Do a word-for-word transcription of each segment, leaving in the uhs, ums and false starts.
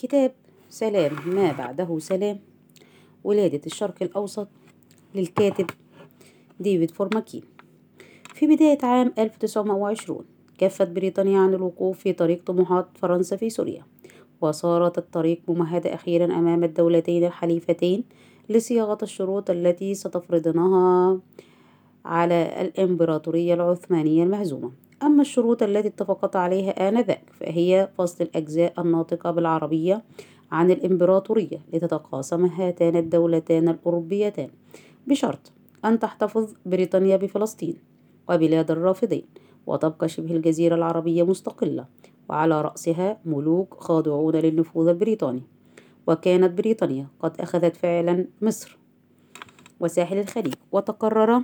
كتاب سلام ما بعده سلام، ولادة الشرق الأوسط، للكاتب ديفيد فورماكين. في بداية عام ألف وتسعمائة وعشرين كفت بريطانيا عن الوقوف في طريق طموحات فرنسا في سوريا، وصارت الطريق ممهدة أخيرا أمام الدولتين الحليفتين لصياغة الشروط التي ستفرضنها على الإمبراطورية العثمانية المهزومة. أما الشروط التي اتفقت عليها آنذاك فهي فصل الأجزاء الناطقة بالعربية عن الإمبراطورية لتتقاسم هاتان الدولتان الأوروبيتان، بشرط أن تحتفظ بريطانيا بفلسطين وبلاد الرافدين، وتبقى شبه الجزيرة العربية مستقلة وعلى رأسها ملوك خاضعون للنفوذ البريطاني. وكانت بريطانيا قد أخذت فعلا مصر وساحل الخليج، وتقرر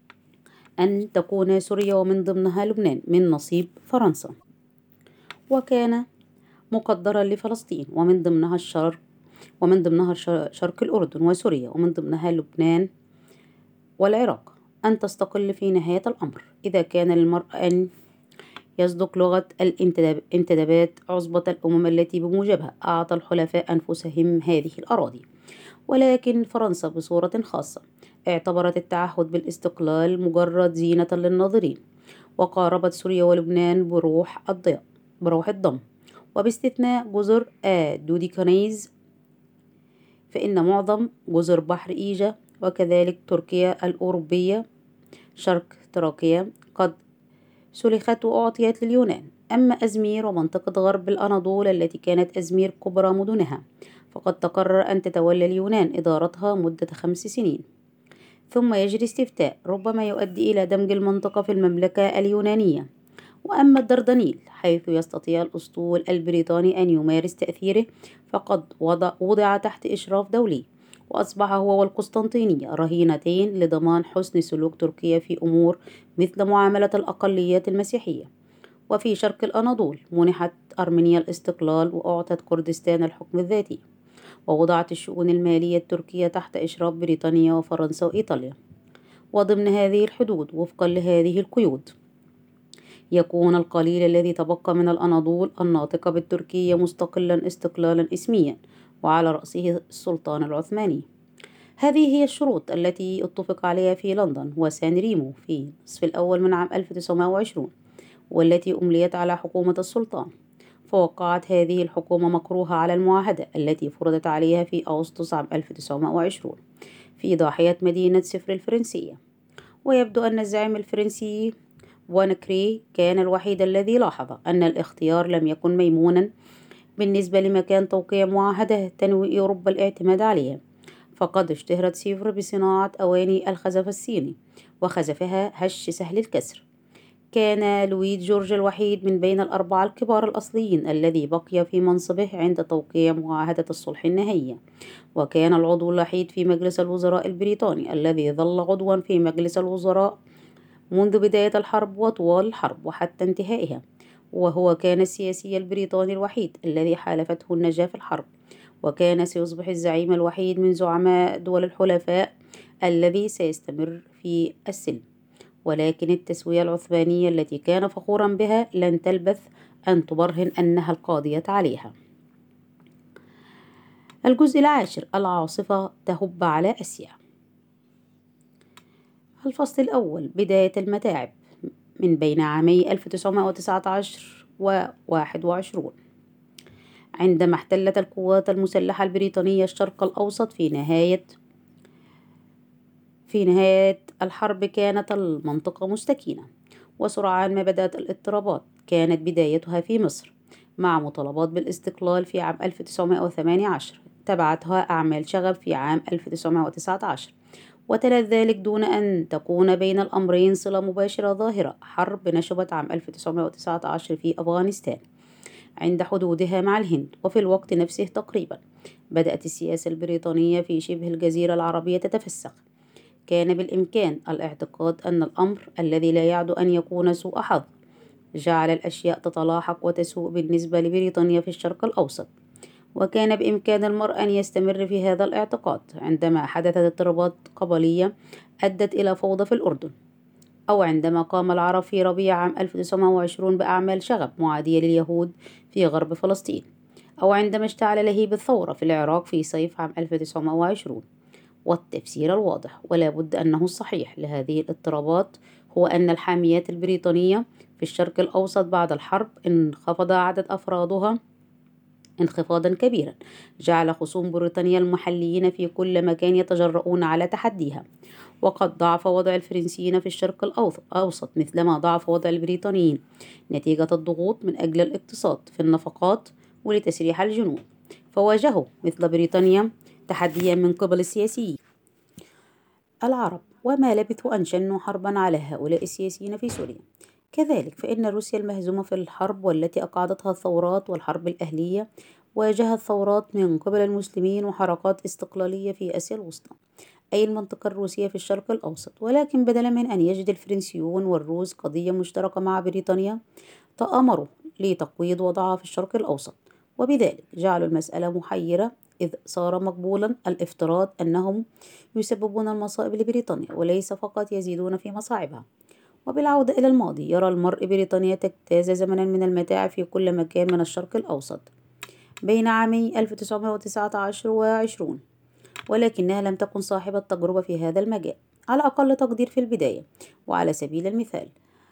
أن تكون سوريا ومن ضمنها لبنان من نصيب فرنسا، وكان مقدرا لفلسطين ومن ضمنها الشرق ومن ضمنها شرق الأردن وسوريا ومن ضمنها لبنان والعراق أن تستقل في نهاية الأمر، إذا كان للمرء أن يصدق لغة الانتدابات عصبة الأمم التي بموجبها أعطى الحلفاء أنفسهم هذه الأراضي. ولكن فرنسا بصورة خاصة اعتبرت التعهد بالاستقلال مجرد زينة للناظرين، وقاربت سوريا ولبنان بروح الضياء بروح الضم، وباستثناء جزر دوديكانيز فإن معظم جزر بحر إيجا وكذلك تركيا الأوروبية شرق تراكيا قد سلخت وأعطيت لليونان. أما أزمير ومنطقة غرب الأناضول التي كانت أزمير كبرى مدنها فقد تقرر أن تتولى اليونان إدارتها مدة خمس سنين، ثم يجري استفتاء ربما يؤدي إلى دمج المنطقة في المملكة اليونانية. وأما الدردنيل حيث يستطيع الأسطول البريطاني أن يمارس تأثيره فقد وضع, وضع تحت إشراف دولي، وأصبح هو والقسطنطينية رهينتين لضمان حسن سلوك تركيا في أمور مثل معاملة الأقليات المسيحية. وفي شرق الأناضول منحت أرمينيا الاستقلال وأعطت كردستان الحكم الذاتي، ووضعت الشؤون المالية التركية تحت إشراف بريطانيا وفرنسا وإيطاليا. وضمن هذه الحدود وفقا لهذه القيود يكون القليل الذي تبقى من الأناضول الناطقة بالتركية مستقلا استقلالا اسميا، وعلى رأسه السلطان العثماني. هذه هي الشروط التي اتفق عليها في لندن وسان ريمو في النصف الأول من عام ألف وتسعمائة وعشرين، والتي أمليت على حكومة السلطان. فوقعت هذه الحكومة مكروهة على المعاهدة التي فرضت عليها في أغسطس عام ألف وتسعمائة وعشرين في ضاحية مدينة سفر الفرنسية. ويبدو أن الزعيم الفرنسي بوانكري كان الوحيد الذي لاحظ أن الاختيار لم يكن ميمونا بالنسبة لمكان توقيع معاهدة تنوي أوروبا الاعتماد عليها، فقد اشتهرت سيفر بصناعة أواني الخزف الصيني وخزفها هش سهل الكسر. كان لويد جورج الوحيد من بين الأربعة الكبار الأصليين الذي بقي في منصبه عند توقيع معاهدة الصلح النهائية، وكان العضو الوحيد في مجلس الوزراء البريطاني الذي ظل عضوا في مجلس الوزراء منذ بداية الحرب وطوال الحرب وحتى انتهائها، وهو كان السياسي البريطاني الوحيد الذي حالفته النجاة في الحرب، وكان سيصبح الزعيم الوحيد من زعماء دول الحلفاء الذي سيستمر في السلم. ولكن التسوية العثمانية التي كان فخورا بها لن تلبث أن تبرهن أنها القاضية عليها. الجزء العاشر: العاصفة تهب على آسيا. الفصل الأول: بداية المتاعب من بين عامي ألف وتسعمائة وتسعة عشر وواحد وعشرين، عندما احتلت القوات المسلحة البريطانية الشرق الأوسط في نهاية في نهاية الحرب. كانت المنطقة مستكينة، وسرعان ما بدأت الاضطرابات. كانت بدايتها في مصر مع مطالبات بالاستقلال في عام ألف وتسعمائة وثمانية عشر، تبعتها أعمال شغب في عام ألف وتسعمائة وتسعة عشر، وتلت ذلك دون أن تكون بين الأمرين صلة مباشرة ظاهرة حرب نشبت عام ألف وتسعمائة وتسعة عشر في أفغانستان عند حدودها مع الهند. وفي الوقت نفسه تقريبا بدأت السياسة البريطانية في شبه الجزيرة العربية تتفسخ. كان بالإمكان الاعتقاد أن الأمر الذي لا يعد أن يكون سوء حظ جعل الأشياء تتلاحق وتسوء بالنسبة لبريطانيا في الشرق الأوسط، وكان بإمكان المرء أن يستمر في هذا الاعتقاد عندما حدثت اضطرابات قبلية أدت إلى فوضى في الأردن، أو عندما قام العرب في ربيع عام ألف وتسعمائة وعشرين بأعمال شغب معادية لليهود في غرب فلسطين، أو عندما اشتعل لهيب الثورة في العراق في صيف عام ألف وتسعمائة وعشرين. والتفسير الواضح ولا بد أنه الصحيح لهذه الاضطرابات هو أن الحاميات البريطانية في الشرق الأوسط بعد الحرب انخفض عدد أفرادها انخفاضا كبيرا جعل خصوم بريطانيا المحليين في كل مكان يتجرؤون على تحديها. وقد ضعف وضع الفرنسيين في الشرق الأوسط مثلما ضعف وضع البريطانيين نتيجة الضغوط من أجل الاقتصاد في النفقات ولتسريح الجنود، فواجهوا مثل بريطانيا تحديا من قبل السياسيين العرب، وما لبثوا أن شنوا حربا على هؤلاء السياسيين في سوريا. كذلك فإن روسيا المهزومة في الحرب والتي أقعدتها الثورات والحرب الأهلية واجهت ثورات من قبل المسلمين وحركات استقلالية في آسيا الوسطى، أي المنطقة الروسية في الشرق الأوسط. ولكن بدلا من أن يجد الفرنسيون والروس قضية مشتركة مع بريطانيا تآمروا لتقويض وضعها في الشرق الأوسط، وبذلك جعلوا المسألة محيرة، إذ صار مقبولا الافتراض أنهم يسببون المصائب لبريطانيا وليس فقط يزيدون في مصاعبها. وبالعودة إلى الماضي يرى المرء بريطانيا تجتاز زمنا من المتاع في كل مكان من الشرق الأوسط بين عامي ألف وتسعمائة وتسعة عشر وعشرون، ولكنها لم تكن صاحبة تجربة في هذا المجال على أقل تقدير في البداية. وعلى سبيل المثال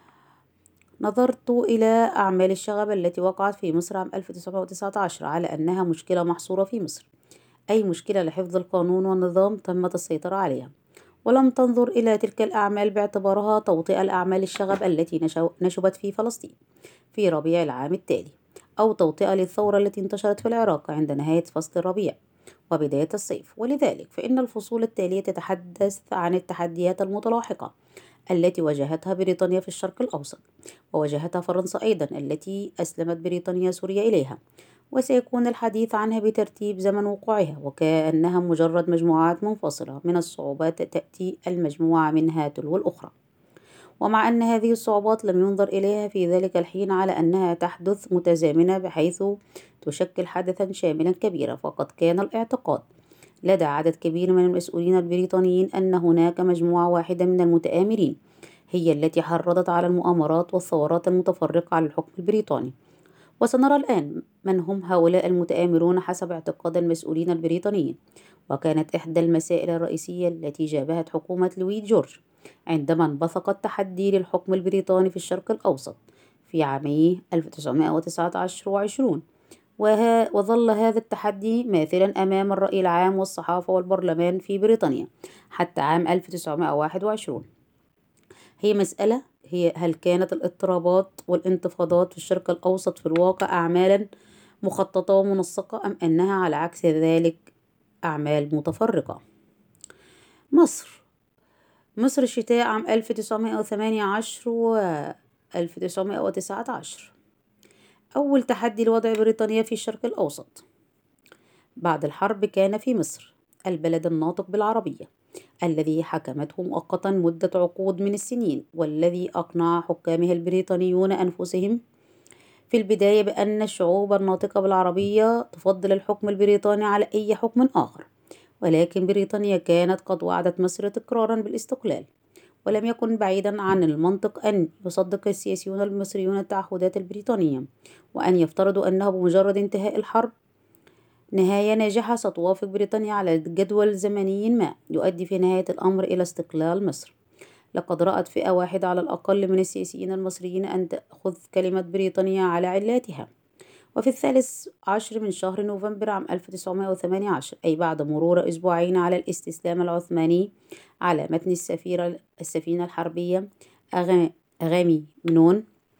نظرت إلى أعمال الشغب التي وقعت في مصر عام ألف وتسعمائة وتسعة عشر على أنها مشكلة محصورة في مصر، أي مشكلة لحفظ القانون والنظام تمت السيطرة عليها، ولم تنظر إلى تلك الأعمال باعتبارها توطئة لأعمال الشغب التي نشبت في فلسطين في ربيع العام التالي، أو توطئة للثورة التي انتشرت في العراق عند نهاية فصل الربيع وبداية الصيف. ولذلك فإن الفصول التالية تتحدث عن التحديات المتلاحقة التي واجهتها بريطانيا في الشرق الأوسط، وواجهتها فرنسا أيضا التي أسلمت بريطانيا سوريا إليها، وسيكون الحديث عنها بترتيب زمن وقوعها وكأنها مجرد مجموعات منفصلة من الصعوبات تأتي المجموعة منها تلو الأخرى. ومع أن هذه الصعوبات لم ينظر إليها في ذلك الحين على أنها تحدث متزامنة بحيث تشكل حدثا شاملا كبيرا، فقد كان الاعتقاد لدى عدد كبير من المسؤولين البريطانيين أن هناك مجموعة واحدة من المتآمرين هي التي حرضت على المؤامرات والثورات المتفرقة على الحكم البريطاني. وسنرى الآن من هم هؤلاء المتآمرون حسب اعتقاد المسؤولين البريطانيين. وكانت إحدى المسائل الرئيسية التي جابهت حكومة لويد جورج عندما انبثق التحدي للحكم البريطاني في الشرق الأوسط في عامي ألف وتسعمائة وتسعة عشر وعشرون، وها وظل هذا التحدي ماثلا أمام الرأي العام والصحافة والبرلمان في بريطانيا حتى عام ألف وتسعمائة وواحد وعشرين. هي مسألة هي هل كانت الاضطرابات والانتفاضات في الشرق الأوسط في الواقع أعمالا مخططة ومنسقة، أم أنها على عكس ذلك أعمال متفرقة؟ مصر مصر شتاء عام ألف وتسعمائة وثمانية عشر و ألف وتسعمائة وتسعة عشر. أول تحدي لوضع بريطانيا في الشرق الأوسط بعد الحرب كان في مصر، البلد الناطق بالعربية الذي حكمته مؤقتا مدة عقود من السنين، والذي أقنع حكامه البريطانيون أنفسهم في البداية بأن الشعوب الناطقة بالعربية تفضل الحكم البريطاني على أي حكم آخر. ولكن بريطانيا كانت قد وعدت مصر تكرارا بالاستقلال، ولم يكن بعيدا عن المنطق أن يصدق السياسيون المصريون التعهدات البريطانية، وأن يفترضوا أنه بمجرد انتهاء الحرب نهاية ناجحة ستوافق بريطانيا على جدول زمني ما يؤدي في نهاية الأمر إلى استقلال مصر. لقد رأت فئة واحدة على الأقل من السياسيين المصريين أن تأخذ كلمة بريطانيا على علاتها. وفي الثالث عشر من شهر نوفمبر عام ألف وتسعمائة وثمانية عشر، أي بعد مرور أسبوعين على الاستسلام العثماني على متن السفيرة السفينة الحربية أغامي منون،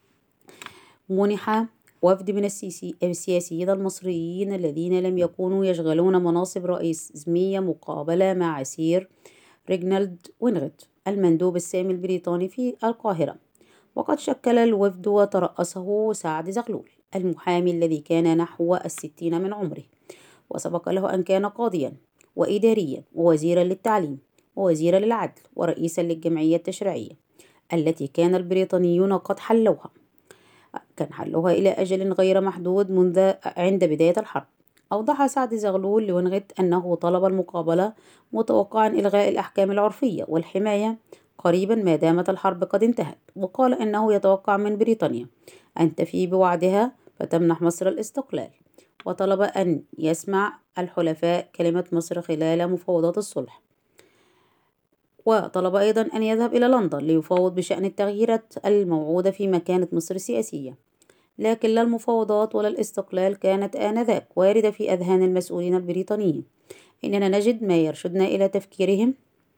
منح وفد من السياسيين المصريين الذين لم يكونوا يشغلون مناصب رئيسية مقابلة مع سير ريجنالد وينغت المندوب السامي البريطاني في القاهرة. وقد شكل الوفد وترأسه سعد زغلول المحامي الذي كان نحو الستين من عمره، وسبق له أن كان قاضيا وإداريا ووزيرا للتعليم ووزيرا للعدل ورئيسا للجمعية التشريعية التي كان البريطانيون قد حلوها كان حلوها إلى أجل غير محدود منذ عند بداية الحرب. أوضح سعد زغلول لوينغت أنه طلب المقابلة متوقعا إلغاء الأحكام العرفية والحماية قريبا ما دامت الحرب قد انتهت، وقال أنه يتوقع من بريطانيا أن تفي بوعدها فتمنح مصر الاستقلال. وطلب أن يسمع الحلفاء كلمة مصر خلال مفاوضات الصلح، وطلب أيضا أن يذهب إلى لندن ليفاوض بشأن التغييرات الموعودة في مكانة مصر السياسية، لكن لا المفاوضات ولا الاستقلال كانت آنذاك واردة في أذهان المسؤولين البريطانيين. إننا نجد ما يرشدنا إلى تفكيرهم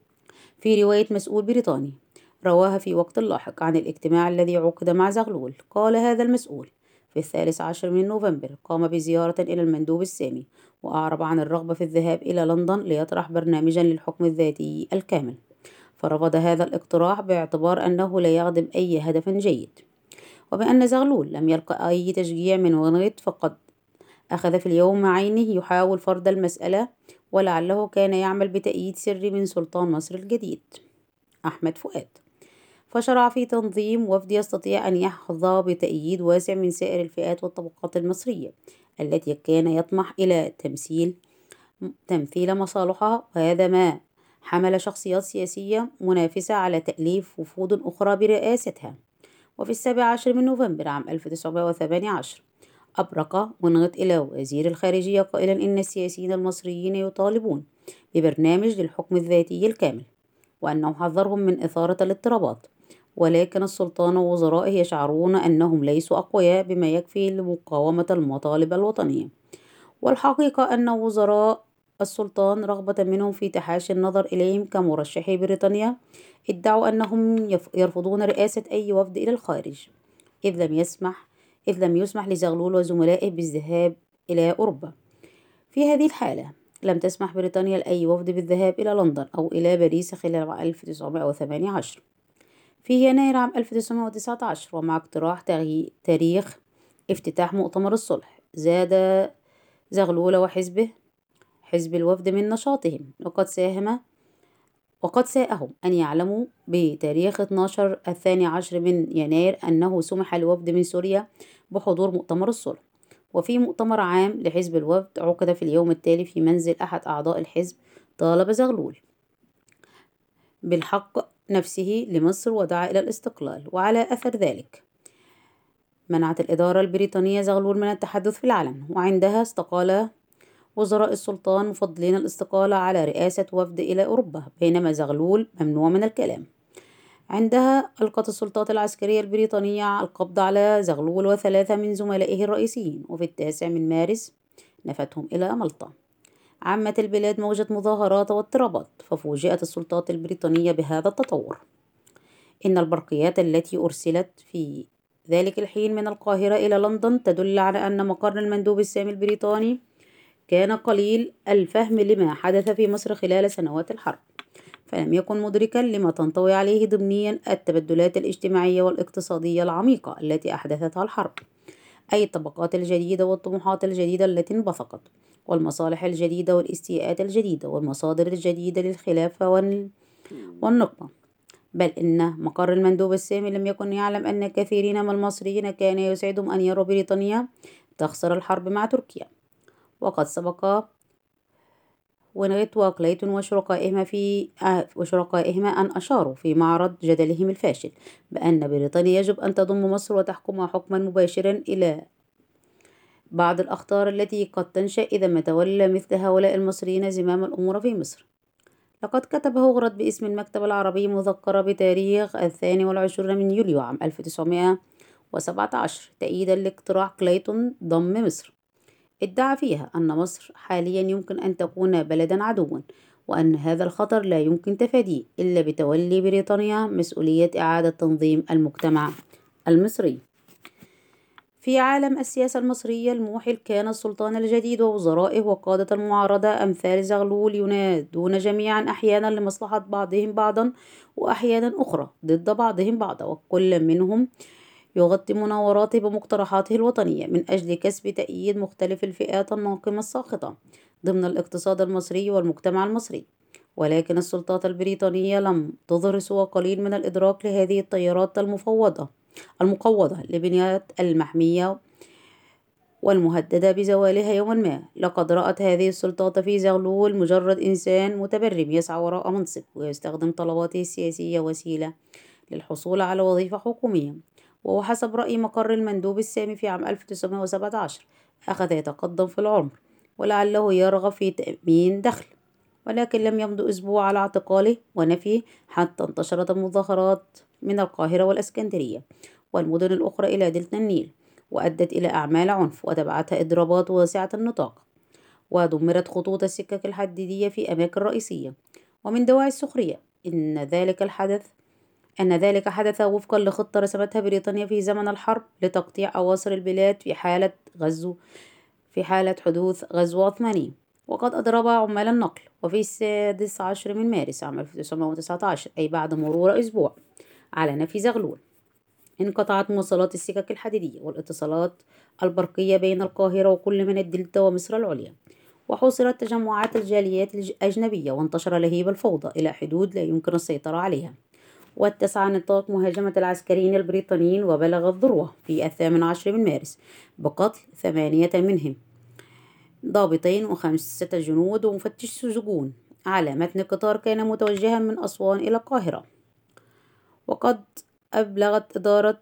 في رواية مسؤول بريطاني رواها في وقت لاحق عن الاجتماع الذي عقد مع زغلول. قال هذا المسؤول: في الثالث عشر من نوفمبر قام بزيارة إلى المندوب السامي، وأعرب عن الرغبة في الذهاب إلى لندن ليطرح برنامجا للحكم الذاتي الكامل، فرفض هذا الاقتراح باعتبار أنه لا يخدم أي هدف جيد، وبأن زغلول لم يلقى أي تشجيع من وينغيت، فقد أخذ في اليوم عينه يحاول فرض المسألة، ولعله كان يعمل بتأييد سري من سلطان مصر الجديد أحمد فؤاد. فشرع في تنظيم وفد يستطيع أن يحظى بتأييد واسع من سائر الفئات والطبقات المصرية التي كان يطمح إلى تمثيل تمثيل مصالحها، وهذا ما حمل شخصيات سياسية منافسة على تأليف وفود أخرى برئاستها. وفي السابع عشر من نوفمبر عام ألف وتسعمائة وثمانية عشر أبرق وينغيت إلى وزير الخارجية قائلا إن السياسيين المصريين يطالبون ببرنامج للحكم الذاتي الكامل، وأنه حذرهم من إثارة الاضطرابات، ولكن السلطان ووزرائه يشعرون أنهم ليسوا أقوياء بما يكفي لمقاومة المطالب الوطنية. والحقيقة أن وزراء السلطان رغبة منهم في تحاشي النظر إليهم كمرشحي بريطانيا ادعوا أنهم يرفضون رئاسة أي وفد إلى الخارج، إذ لم يسمح إذ لم يسمح لزغلول وزملائه بالذهاب إلى أوروبا. في هذه الحالة لم تسمح بريطانيا لأي وفد بالذهاب إلى لندن أو إلى باريس خلال ألف وتسعمائة وثمانية عشر. في يناير عام ألف وتسعمائة وتسعة عشر، ومع اقتراح تاريخ افتتاح مؤتمر الصلح، زاد زغلول وحزبه حزب الوفد من نشاطهم، وقد ساهم وقد ساءهم أن يعلموا بتاريخ اثني عشر الثاني عشر من يناير أنه سمح لوفد من سوريا بحضور مؤتمر الصلح. وفي مؤتمر عام لحزب الوفد عقد في اليوم التالي في منزل أحد أعضاء الحزب، طالب زغلول بالحق نفسه لمصر ودعا إلى الاستقلال. وعلى أثر ذلك منعت الإدارة البريطانية زغلول من التحدث في العلن، وعندها استقال وزراء السلطان مفضلين الاستقالة على رئاسة وفد إلى أوروبا، بينما زغلول ممنوع من الكلام. عندها ألقت السلطات العسكرية البريطانية القبض على زغلول وثلاثة من زملائه الرئيسيين، وفي التاسع من مارس نفتهم إلى مالطا. عمت البلاد موجة مظاهرات واضطرابات، ففوجئت السلطات البريطانية بهذا التطور. إن البرقيات التي أرسلت في ذلك الحين من القاهرة إلى لندن تدل على أن مقر المندوب السامي البريطاني كان قليل الفهم لما حدث في مصر خلال سنوات الحرب، فلم يكن مدركا لما تنطوي عليه ضمنيا التبدلات الاجتماعية والاقتصادية العميقة التي أحدثتها الحرب، أي الطبقات الجديدة والطموحات الجديدة التي انبثقت، والمصالح الجديدة والاستياءات الجديدة والمصادر الجديدة للخلافة والنقمة. بل إن مقر المندوب السامي لم يكن يعلم أن كثيرين من المصريين كان يسعدهم أن يروا بريطانيا تخسر الحرب مع تركيا. وقد سبق وينغيت وكليتون وشركائهما في وشركائهما أن أشاروا في معرض جدلهم الفاشل بأن بريطانيا يجب أن تضم مصر وتحكمها حكما مباشرا إلى بعض الأخطار التي قد تنشأ إذا ما تولى مثل هؤلاء المصريين زمام الأمور في مصر. لقد كتب هوغرت باسم المكتب العربي مذكرة بتاريخ الثاني والعشرين من يوليو عام ألف وتسعمائة وسبعة عشر تأييدا لاقتراح كليتون ضم مصر. ادعى فيها أن مصر حاليا يمكن أن تكون بلدا عدوا، وأن هذا الخطر لا يمكن تفاديه إلا بتولي بريطانيا مسؤولية إعادة تنظيم المجتمع المصري. في عالم السياسة المصرية الموحل كان السلطان الجديد ووزرائه وقادة المعارضة أمثال زغلول ينادون جميعا أحيانا لمصلحة بعضهم بعضا، وأحيانا أخرى ضد بعضهم بعضا، وكل منهم يغطي مناوراته بمقترحاته الوطنية من أجل كسب تأييد مختلف الفئات الناقمة الساخطة ضمن الاقتصاد المصري والمجتمع المصري. ولكن السلطات البريطانية لم تظهر سوى قليل من الإدراك لهذه التيارات المفوضة المقوضة لبنيات المحمية والمهددة بزوالها يوما ما. لقد رأت هذه السلطات في زغلول مجرد إنسان متبرم يسعى وراء منصب، ويستخدم طلباته السياسية وسيلة للحصول على وظيفة حكومية. وهو حسب رأي مقر المندوب السامي في عام ألف وتسعمائة وسبعة عشر أخذ يتقدم في العمر ولعله يرغب في تأمين دخل، ولكن لم يمض أسبوع على اعتقاله ونفيه حتى انتشرت المظاهرات من القاهرة والإسكندرية والمدن الأخرى إلى دلتا النيل، وأدت إلى أعمال عنف وتبعتها إضرابات واسعة النطاق، ودمرت خطوط السكك الحديدية في أماكن رئيسية. ومن دواعي السخرية إن ذلك الحدث أن ذلك حدث وفقا لخطة رسمتها بريطانيا في زمن الحرب لتقطيع أواصر البلاد في حالة غزو في حالة حدوث غزو عثماني، وقد أضرب عمال النقل. وفي السادس عشر من مارس عام ألف وتسعمائة وتسعة عشر، أي بعد مرور أسبوع على نفي زغلول، انقطعت مواصلات السكك الحديدية والاتصالات البرقية بين القاهرة وكل من الدلتا ومصر العليا، وحوصرت تجمعات الجاليات الأجنبية، وانتشر لهيب الفوضى إلى حدود لا يمكن السيطرة عليها، واتسع نطاق مهاجمة العسكريين البريطانيين وبلغ الذروة في الثامن عشر من مارس بقتل ثمانية منهم، ضابطين وخمسة جنود ومفتش سجون، على متن قطار كان متوجها من أسوان إلى القاهرة. وقد أبلغت إدارة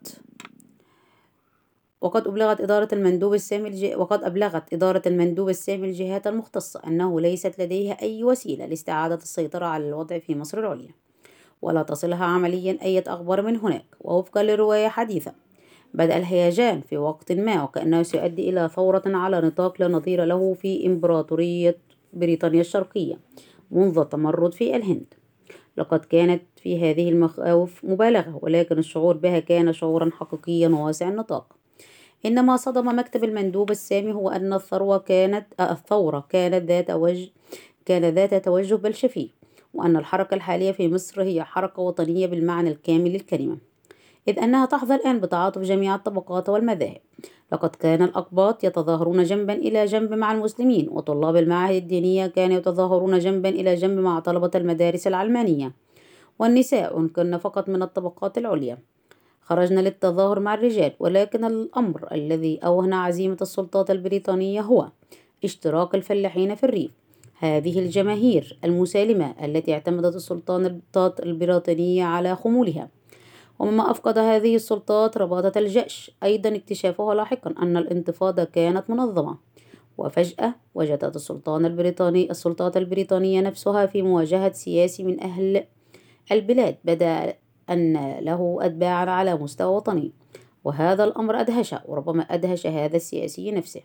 وقد أبلغت إدارة المندوب السامي الج... وقد أبلغت إدارة المندوب السامي الجهات المختصة أنه ليست لديها أي وسيلة لاستعادة السيطرة على الوضع في مصر العليا، ولا تصلها عمليا أي أخبار من هناك. ووفقا لرواية حديثة، بدأ الهيجان في وقت ما وكأنه سيؤدي إلى ثورة على نطاق لا نظير له في إمبراطورية بريطانيا الشرقية منذ التمرد في الهند. لقد كانت في هذه المخاوف مبالغة، ولكن الشعور بها كان شعورا حقيقيا واسع النطاق. إنما صدم مكتب المندوب السامي هو أن الثروة كانت الثورة كانت ذات وجه كان ذات توجه بلشفي، وأن الحركة الحالية في مصر هي حركة وطنية بالمعنى الكامل للكلمة، إذ أنها تحظى الآن بتعاطف جميع الطبقات والمذاهب. لقد كان الأقباط يتظاهرون جنبا إلى جنب مع المسلمين، وطلاب المعاهد الدينية كانوا يتظاهرون جنبا إلى جنب مع طلبة المدارس العلمانية، والنساء إن كن فقط من الطبقات العليا خرجنا للتظاهر مع الرجال. ولكن الأمر الذي أوهن عزيمة السلطات البريطانية هو اشتراك الفلاحين في الريف. هذه الجماهير المسالمة التي اعتمدت السلطات البريطانية على خمولها، ومما أفقد هذه السلطات رباطة الجأش، أيضا اكتشافها لاحقا أن الانتفاضة كانت منظمة. وفجأة وجدت السلطان البريطاني السلطات البريطانية نفسها في مواجهة سياسي من أهل البلاد بدأ أن له أتباعا على مستوى وطني، وهذا الأمر أدهش وربما أدهش هذا السياسي نفسه.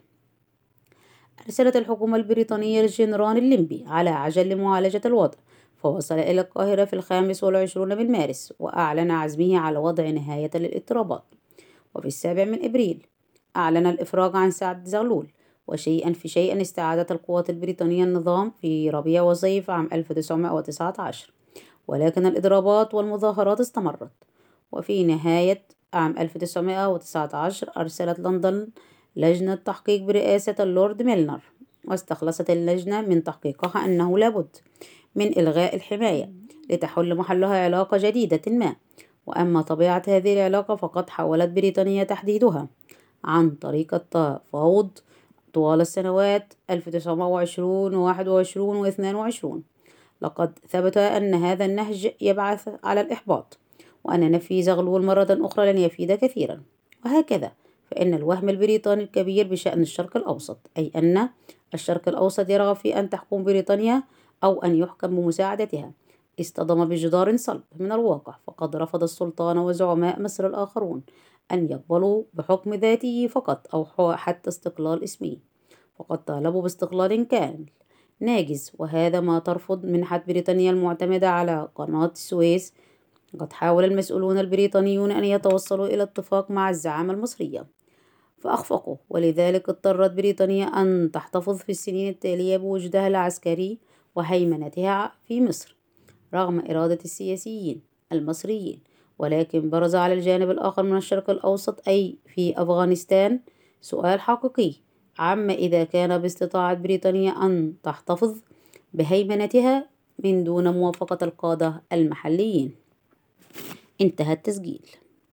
أرسلت الحكومة البريطانية الجنرال الليمبي على عجل لمعالجة الوضع، فوصل إلى القاهرة في الخامس والعشرون من مارس وأعلن عزمه على وضع نهاية للاضطرابات. وفي السابع من إبريل أعلن الإفراج عن سعد زغلول، وشيئا في شيئا استعادت القوات البريطانية النظام في ربيع وصيف عام ألف وتسعمائة وتسعة عشر، ولكن الإضرابات والمظاهرات استمرت. وفي نهاية عام ألف وتسعمائة وتسعة عشر أرسلت لندن لجنة تحقيق برئاسة اللورد ميلنر، واستخلصت اللجنة من تحقيقها أنه لابد من إلغاء الحماية لتحل محلها علاقة جديدة ما. وأما طبيعة هذه العلاقة فقد حاولت بريطانيا تحديدها عن طريق التفاوض طوال السنوات ألف وتسعمائة وعشرين وواحد وعشرين واثنان وعشرين. لقد ثبت أن هذا النهج يبعث على الإحباط، وأن نفي زغلول مرة أخرى لن يفيد كثيرا. وهكذا فإن الوهم البريطاني الكبير بشأن الشرق الأوسط، أي أن الشرق الأوسط يرغب في أن تحكم بريطانيا أو أن يحكم بمساعدتها، اصطدم بجدار صلب من الواقع. فقد رفض السلطان وزعماء مصر الآخرون أن يقبلوا بحكم ذاته فقط أو حتى استقلال اسمي، فقد طالبوا باستقلال كامل ناجز، وهذا ما ترفض منحة بريطانيا المعتمدة على قناة السويس. قد حاول المسؤولون البريطانيون أن يتوصلوا إلى اتفاق مع الزعامة المصرية فأخفقوا، ولذلك اضطرت بريطانيا أن تحتفظ في السنين التالية بوجودها العسكري وهيمنتها في مصر رغم إرادة السياسيين المصريين. ولكن برز على الجانب الآخر من الشرق الأوسط، أي في أفغانستان، سؤال حقيقي عما إذا كان باستطاعة بريطانيا أن تحتفظ بهيمنتها من دون موافقة القادة المحليين. انتهى التسجيل.